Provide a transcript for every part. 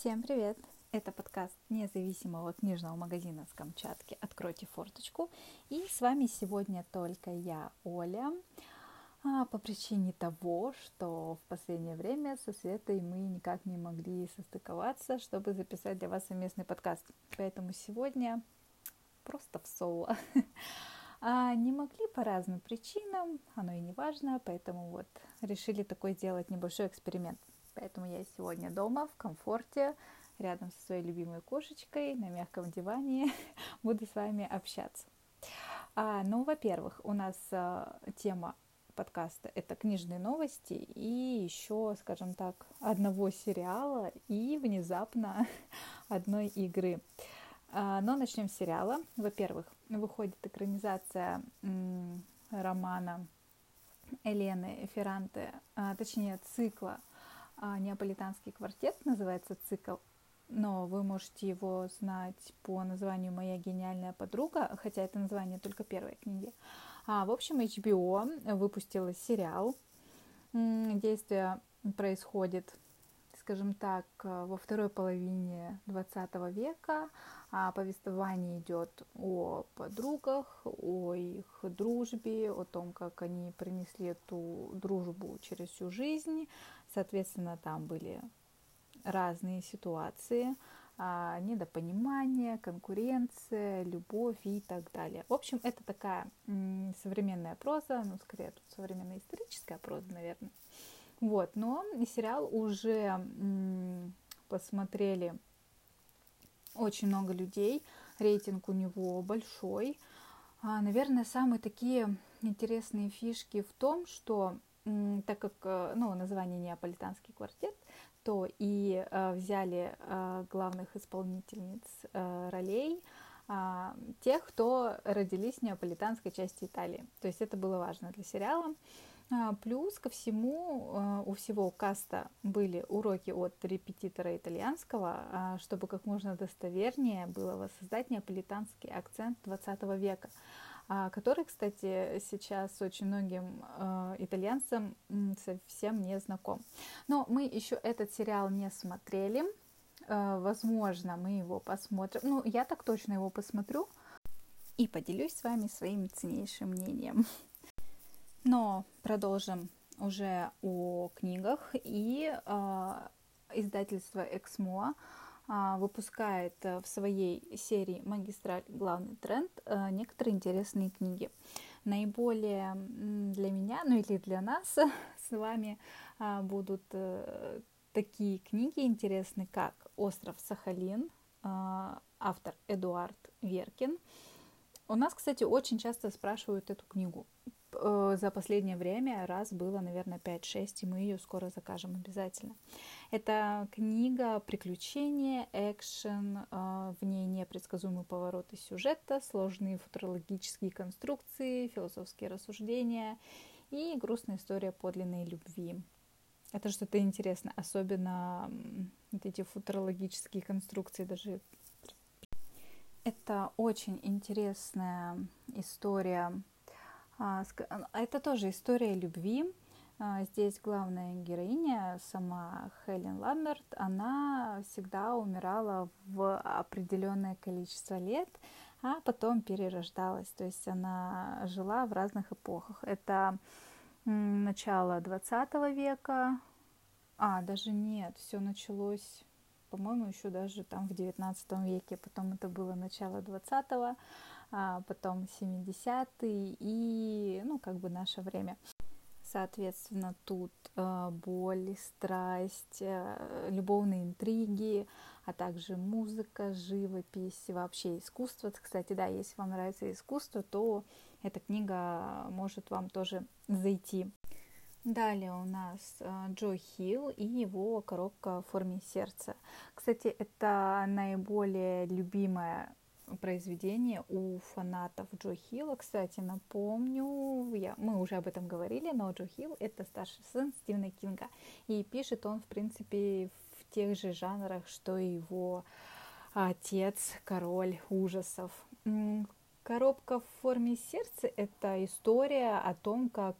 Всем привет! Это подкаст независимого книжного магазина с Камчатки «Откройте форточку». И с вами сегодня только я, Оля, по причине того, что в последнее время со Светой мы никак не могли состыковаться, чтобы записать для вас совместный подкаст. Поэтому сегодня просто в соло. Не могли по разным причинам, оно и не важно, поэтому вот решили такой сделать небольшой эксперимент. Поэтому я сегодня дома, в комфорте, рядом со своей любимой кошечкой, на мягком диване буду с вами общаться. Во-первых, у нас тема подкаста – это книжные новости и еще, скажем так, одного сериала и внезапно одной игры. Но начнем с сериала. Во-первых, выходит экранизация романа Елены Ферранте, точнее цикла «Неаполитанский квартет», называется цикл, но вы можете его знать по названию «Моя гениальная подруга», хотя это название только первой книги. В общем, HBO выпустила сериал. Действие происходит, скажем так, во второй половине 20 века. Повествование идет о подругах, о их дружбе, о том, как они принесли эту дружбу через всю жизнь. Соответственно, там были разные ситуации, недопонимание, конкуренция, любовь и так далее. В общем, это такая современная проза, скорее тут современная историческая проза, наверное. Но сериал уже посмотрели очень много людей, рейтинг у него большой. Наверное, самые такие интересные фишки в том, что так как название «Неаполитанский квартет», то и взяли главных исполнительниц ролей тех, кто родились в неаполитанской части Италии. То есть это было важно для сериала. Плюс ко всему у всего каста были уроки от репетитора итальянского, чтобы как можно достовернее было воссоздать неаполитанский акцент 20 века, который, кстати, сейчас очень многим итальянцам совсем не знаком. Но мы еще этот сериал не смотрели. Возможно, мы его посмотрим. Я так точно его посмотрю и поделюсь с вами своим ценнейшим мнением. Но продолжим уже о книгах. И издательство «Эксмо» выпускает в своей серии «Магистраль. Главный тренд» некоторые интересные книги. Наиболее для меня, или для нас с вами будут такие книги интересные, как «Остров Сахалин», автор Эдуард Веркин. У нас, кстати, очень часто спрашивают эту книгу. За последнее время раз было, наверное, 5-6, и мы ее скоро закажем обязательно. Это книга приключения, экшен, в ней непредсказуемые повороты сюжета, сложные футурологические конструкции, философские рассуждения и грустная история подлинной любви. Это что-то интересное, особенно эти футурологические конструкции даже. Это очень интересная история. Это тоже история любви. Здесь главная героиня, сама Хелен Ламберт, она всегда умирала в определенное количество лет, а потом перерождалась. То есть она жила в разных эпохах. Это начало 20 века. Даже нет, все началось, по-моему, еще даже там в 19 веке. Потом это было начало 20-го. Потом 70-е и, наше время. Соответственно, тут боль, страсть, любовные интриги, а также музыка, живопись, вообще искусство. Кстати, да, если вам нравится искусство, то эта книга может вам тоже зайти. Далее у нас Джо Хилл и его «Коробка в форме сердца». Кстати, это наиболее любимое произведение у фанатов Джо Хилла. Кстати, напомню, мы уже об этом говорили, но Джо Хилл — это старший сын Стивена Кинга. И пишет он, в принципе, в тех же жанрах, что и его отец, король ужасов. «Коробка в форме сердца» — это история о том, как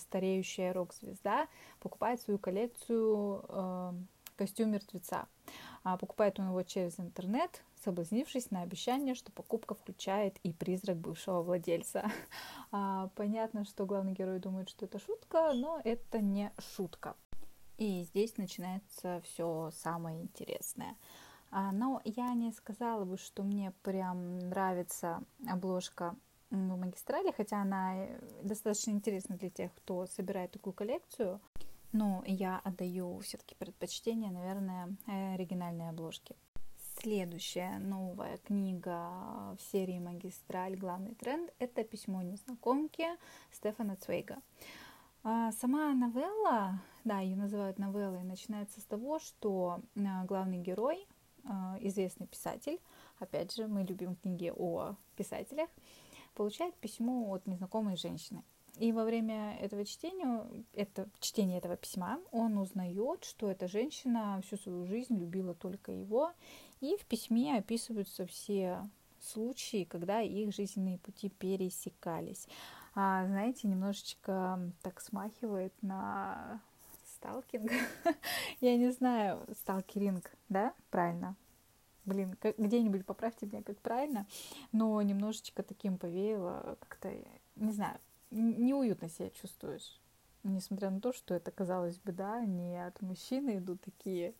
стареющая рок-звезда покупает свою коллекцию «Костюм мертвеца». Покупает он его через интернет, соблазнившись на обещание, что покупка включает и призрак бывшего владельца. Понятно, что главный герой думает, что это шутка, но это не шутка. И здесь начинается все самое интересное. Но я не сказала бы, что мне прям нравится обложка в магистрали, хотя она достаточно интересна для тех, кто собирает такую коллекцию. Но я отдаю все-таки предпочтение, наверное, оригинальной обложке. Следующая новая книга в серии «Магистраль. Главный тренд» — это «Письмо незнакомки» Стефана Цвейга. Сама новелла, да, ее называют новеллой, начинается с того, что главный герой, известный писатель, опять же, мы любим книги о писателях, получает письмо от незнакомой женщины. И во время чтения этого письма он узнает, что эта женщина всю свою жизнь любила только его, и в письме описываются все случаи, когда их жизненные пути пересекались. Знаете, немножечко так смахивает на сталкинг. Я не знаю, сталкеринг, да? Правильно? Блин, где-нибудь поправьте меня, как правильно. Но немножечко таким повеяло, как-то, не знаю, неуютно себя чувствуешь. Несмотря на то, что это, казалось бы, да, не от мужчины идут такие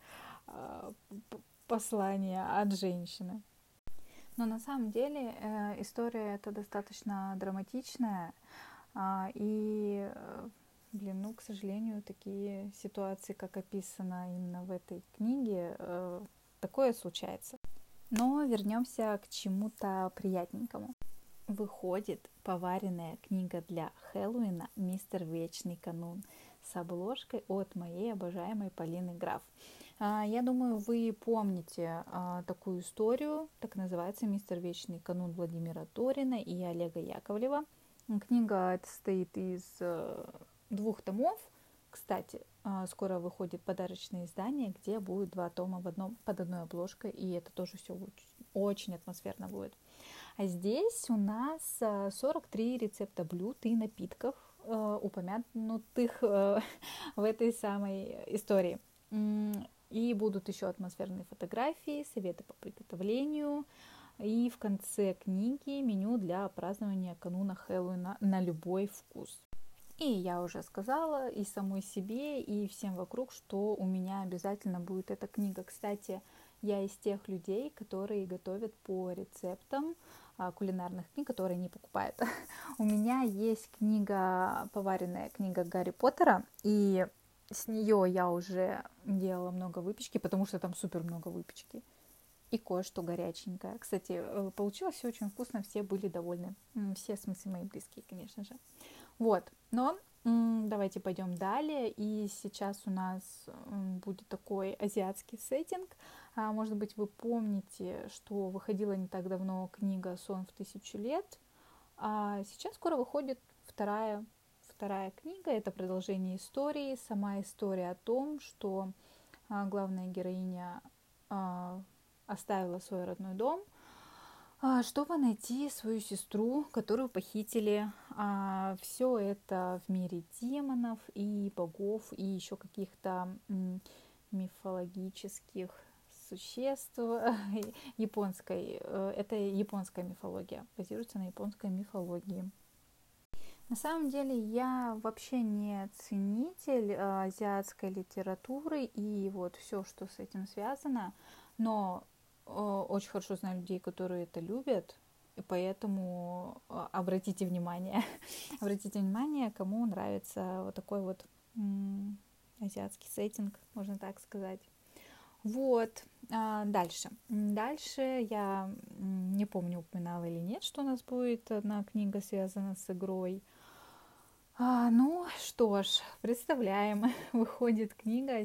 послания, а от женщины. Но на самом деле история эта достаточно драматичная, и, к сожалению, такие ситуации, как описано именно в этой книге, такое случается. Но вернемся к чему-то приятненькому. Выходит поваренная книга для Хэллоуина «Мистер Вечный канун» с обложкой от моей обожаемой Полины Граф. Я думаю, вы помните такую историю, так называется «Мистер Вечный канун» Владимира Торина и Олега Яковлева. Книга эта состоит из 2 томов. Кстати, скоро выходит подарочное издание, где будет 2 тома под одной обложкой, и это тоже все очень атмосферно будет. А здесь у нас 43 рецепта блюд и напитков, упомянутых в этой самой истории. И будут еще атмосферные фотографии, советы по приготовлению. И в конце книги меню для празднования кануна Хэллоуина на любой вкус. И я уже сказала и самой себе, и всем вокруг, что у меня обязательно будет эта книга. Кстати, я из тех людей, которые готовят по рецептам кулинарных книг, которые не покупают. У меня есть поваренная книга Гарри Поттера, и с нее я уже делала много выпечки, потому что там супер много выпечки. И кое-что горяченькое. Кстати, получилось все очень вкусно, все были довольны. Все, в смысле, мои близкие, конечно же. Вот, но давайте пойдем далее. И сейчас у нас будет такой азиатский сеттинг. Может быть, вы помните, что выходила не так давно книга «Сон в 1000 лет». А сейчас скоро выходит вторая книга. Это продолжение истории. Сама история о том, что главная героиня оставила свой родной дом, чтобы найти свою сестру, которую похитили. Все это в мире демонов и богов, и еще каких-то мифологических существ это японская мифология, базируется на японской мифологии. На самом деле я вообще не ценитель азиатской литературы и вот все, что с этим связано, но очень хорошо знаю людей, которые это любят, и поэтому обратите внимание, кому нравится вот такой вот азиатский сеттинг, можно так сказать. Вот, дальше. Дальше я не помню, упоминала или нет, что у нас будет одна книга, связана с игрой. Ну что ж, представляем, выходит книга,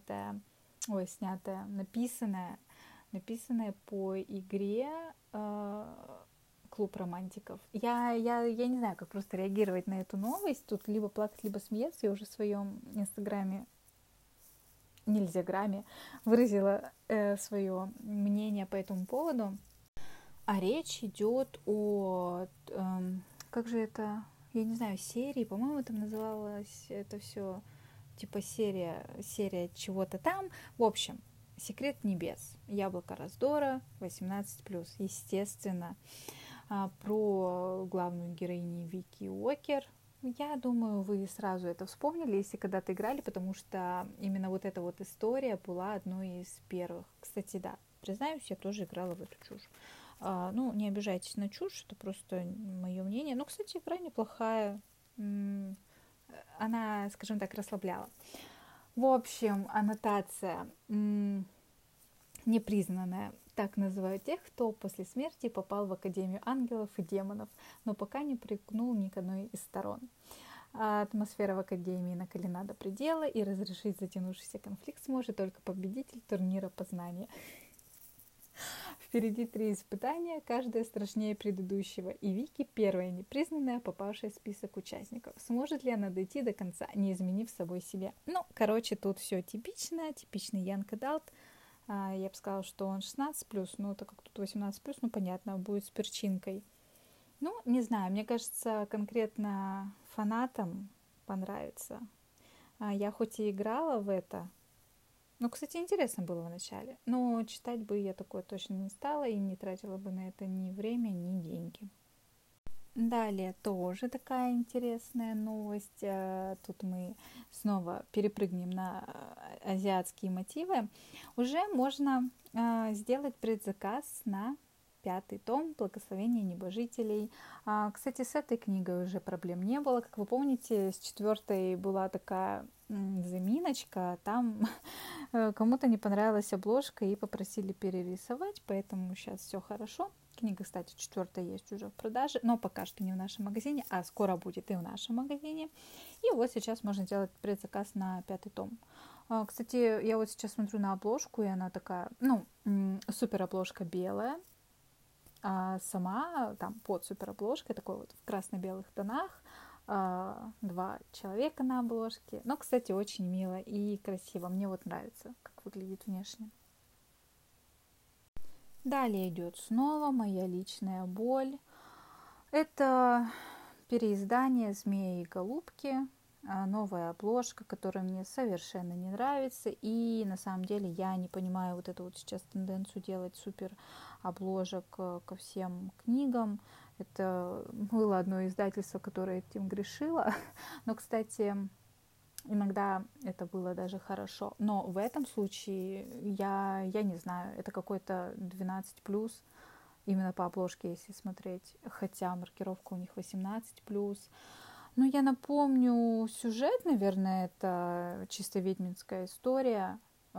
написанная по игре «Клуб романтиков». Я не знаю, как просто реагировать на эту новость. Тут либо плакать, либо смеяться. Я уже в своем инстаграме, нельзяграме, выразила свое мнение по этому поводу. А речь идет о... как же это... Я не знаю, серии, по-моему, там называлось это все типа серия чего-то там. В общем, «Секрет небес», «Яблоко раздора», 18+, естественно, про главную героиню Вики Уокер. Я думаю, вы сразу это вспомнили, если когда-то играли, потому что именно вот эта вот история была одной из первых. Кстати, да, признаюсь, я тоже играла в эту чушь. Ну, не обижайтесь на чушь, это просто мое мнение. Ну, кстати, игра неплохая. Она, скажем так, расслабляла. В общем, аннотация непризнанная. Так называют тех, кто после смерти попал в Академию ангелов и демонов, но пока не примкнул ни к одной из сторон. Атмосфера в Академии накалена до предела, и разрешить затянувшийся конфликт сможет только победитель турнира познания. Впереди 3 испытания, каждое страшнее предыдущего, и Вики первая непризнанная, попавшая в список участников. Сможет ли она дойти до конца, не изменив собой себя? Ну, короче, тут все типично, типичный Young Adult. Я бы сказала, что он 16+, но так как тут 18+, ну, понятно, будет с перчинкой. Ну, не знаю, мне кажется, конкретно фанатам понравится. Я хоть и играла в это, ну, кстати, интересно было вначале, но читать бы я такое точно не стала и не тратила бы на это ни время, ни деньги. Далее тоже такая интересная новость. Тут мы снова перепрыгнем на азиатские мотивы. Уже можно сделать предзаказ на 5-й том «Благословение небожителей». Кстати, с этой книгой уже проблем не было. Как вы помните, с 4-й была такая заминочка. Там кому-то не понравилась обложка и попросили перерисовать, поэтому сейчас все хорошо. Книга, кстати, 4-я есть уже в продаже, но пока что не в нашем магазине, а скоро будет и в нашем магазине. И вот сейчас можно сделать предзаказ на 5-й том. Кстати, я вот сейчас смотрю на обложку, и она такая, ну, супер обложка белая, а сама там под супер обложкой, такой вот в красно-белых тонах, 2 человека на обложке. Но, кстати, очень мило и красиво. Мне вот нравится, как выглядит внешне. Далее идет снова моя личная боль. Это переиздание «Змеи и голубки», новая обложка, которая мне совершенно не нравится. И на самом деле я не понимаю вот эту вот сейчас тенденцию делать супер обложек ко всем книгам. Это было одно издательство, которое этим грешило. Но, кстати, иногда это было даже хорошо. Но в этом случае я не знаю, это какой-то 12+, именно по обложке, если смотреть. Хотя маркировка у них 18+. Ну, я напомню сюжет, наверное, это чисто ведьминская история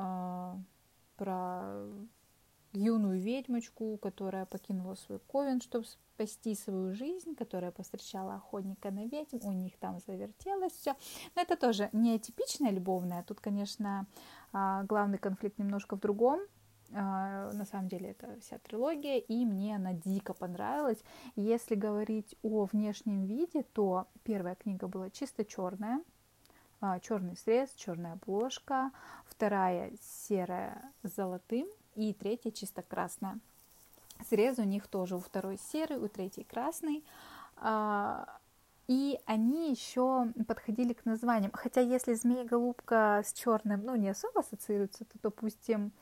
про юную ведьмочку, которая покинула свой ковен, чтобы спасти свою жизнь, которая повстречала охотника на ведьм, у них там завертелось все. Но это тоже не типичная любовная, тут, конечно, главный конфликт немножко в другом. На самом деле это вся трилогия, и мне она дико понравилась. Если говорить о внешнем виде, то первая книга была чисто черная, черный срез, черная обложка, вторая серая с золотым, и третья чисто красная. Срез у них тоже у второй серый, у третьей красный. И они еще подходили к названиям. Хотя если змея-голубка с черным, ну, не особо ассоциируется, то, допустим,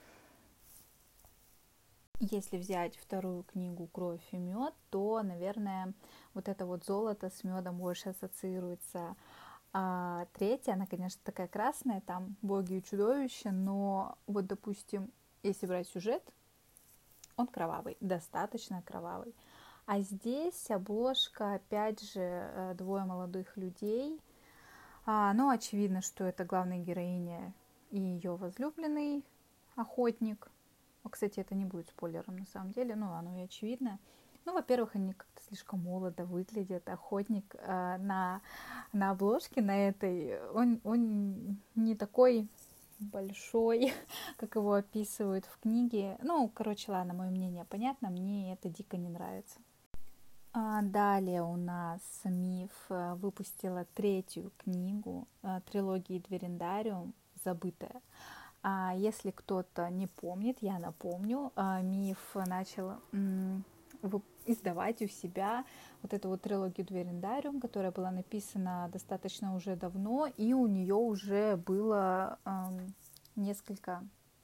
если взять вторую книгу «Кровь и мед», то, наверное, вот это вот золото с медом больше ассоциируется. А третья, она, конечно, такая красная, там боги и чудовища, но вот, допустим, если брать сюжет, он кровавый, достаточно кровавый. А здесь обложка, опять же, 2 молодых людей. Ну, очевидно, что это главная героиня и ее возлюбленный охотник. Кстати, это не будет спойлером на самом деле, ну, оно и очевидно. Ну, во-первых, они как-то слишком молодо выглядят. Охотник на обложке, на этой, он не такой большой, как его описывают в книге. Ну, короче, ладно, мое мнение понятно, мне это дико не нравится. Далее у нас Миф выпустила 3-ю книгу трилогии Дверендариум «Забытая». Если кто-то не помнит, я напомню, Миф начал издавать у себя вот эту вот трилогию Дверендариум, которая была написана достаточно уже давно, и у нее уже было несколько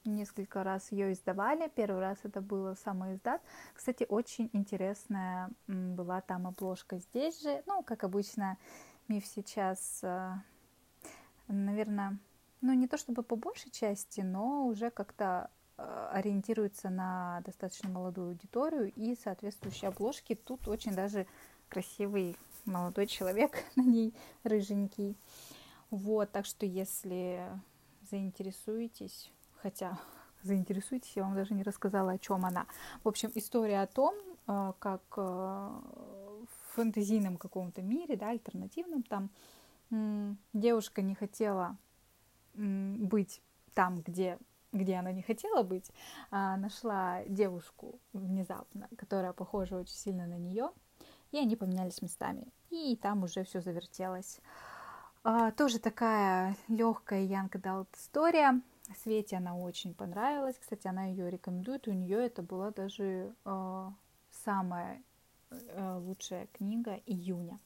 несколько раз ее издавали. Первый раз это было самоиздат. Кстати, очень интересная была там обложка. Здесь же, ну, как обычно, миф сейчас, наверное, ну, не то чтобы по большей части, но уже как-то ориентируется на достаточно молодую аудиторию, и соответствующие обложки. Тут очень даже красивый молодой человек на ней, рыженький. Вот, так что если заинтересуетесь, хотя заинтересуетесь, я вам даже не рассказала, о чем она. В общем, история о том, как в фэнтезийном каком-то мире, да, альтернативном, там девушка не хотела быть там, где она не хотела быть, нашла девушку внезапно, которая похожа очень сильно на нее, и они поменялись местами. И там уже все завертелось. Тоже такая легкая young adult история. Свете она очень понравилась. Кстати, она ее рекомендует. У нее это была даже самая лучшая книга июня.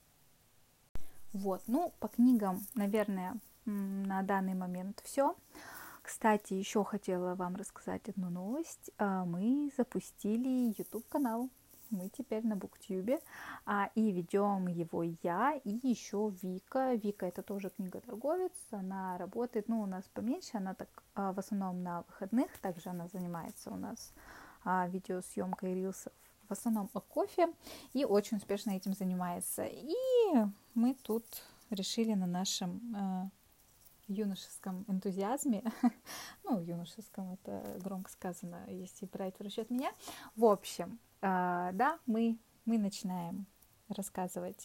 Вот, ну, по книгам, наверное, на данный момент все. Кстати, еще хотела вам рассказать одну новость. Мы запустили YouTube-канал. Мы теперь на Буктюбе, и ведем его я и еще Вика. Вика — это тоже книготорговец, она работает, ну, у нас поменьше, она так в основном на выходных, также она занимается у нас видеосъемкой рилсов, в основном о кофе, и очень успешно этим занимается. И мы тут решили на нашем юношеском энтузиазме, ну, юношеском, это громко сказано, если брать в расчет меня. В общем, да, мы начинаем рассказывать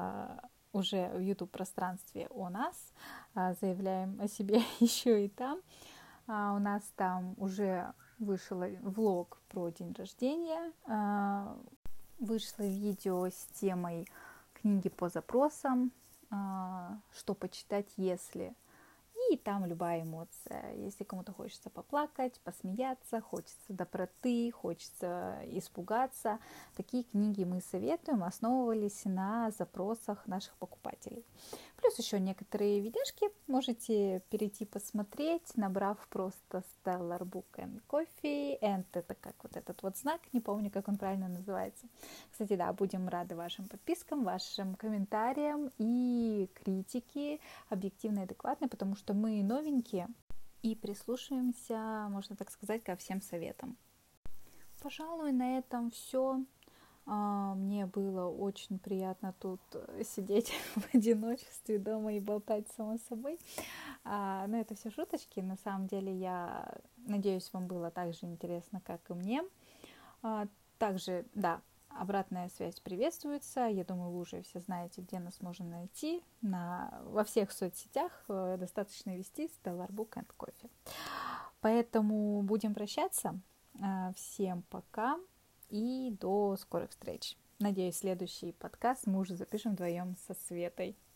уже в YouTube-пространстве о нас, заявляем о себе еще и там. У нас там уже вышел влог про день рождения, вышло видео с темой книги по запросам, что почитать, если... И там любая эмоция. Если кому-то хочется поплакать, посмеяться, хочется доброты, хочется испугаться, такие книги мы советуем, основывались на запросах наших покупателей. Плюс еще некоторые видяшки можете перейти посмотреть, набрав просто Stellar Book and Coffee. And это как вот этот вот знак, не помню, как он правильно называется. Кстати, да, будем рады вашим подпискам, вашим комментариям и критике, объективной и адекватной, потому что мы новенькие и прислушиваемся, можно так сказать, ко всем советам. Пожалуй, на этом все. Мне было очень приятно тут сидеть в одиночестве дома и болтать само собой. Но это все шуточки. На самом деле, я надеюсь, вам было так же интересно, как и мне. Также, да, обратная связь приветствуется. Я думаю, вы уже все знаете, где нас можно найти. Во всех соцсетях достаточно ввести Stellar Book and Coffee. Поэтому будем прощаться. Всем пока и до скорых встреч. Надеюсь, следующий подкаст мы уже запишем вдвоем со Светой.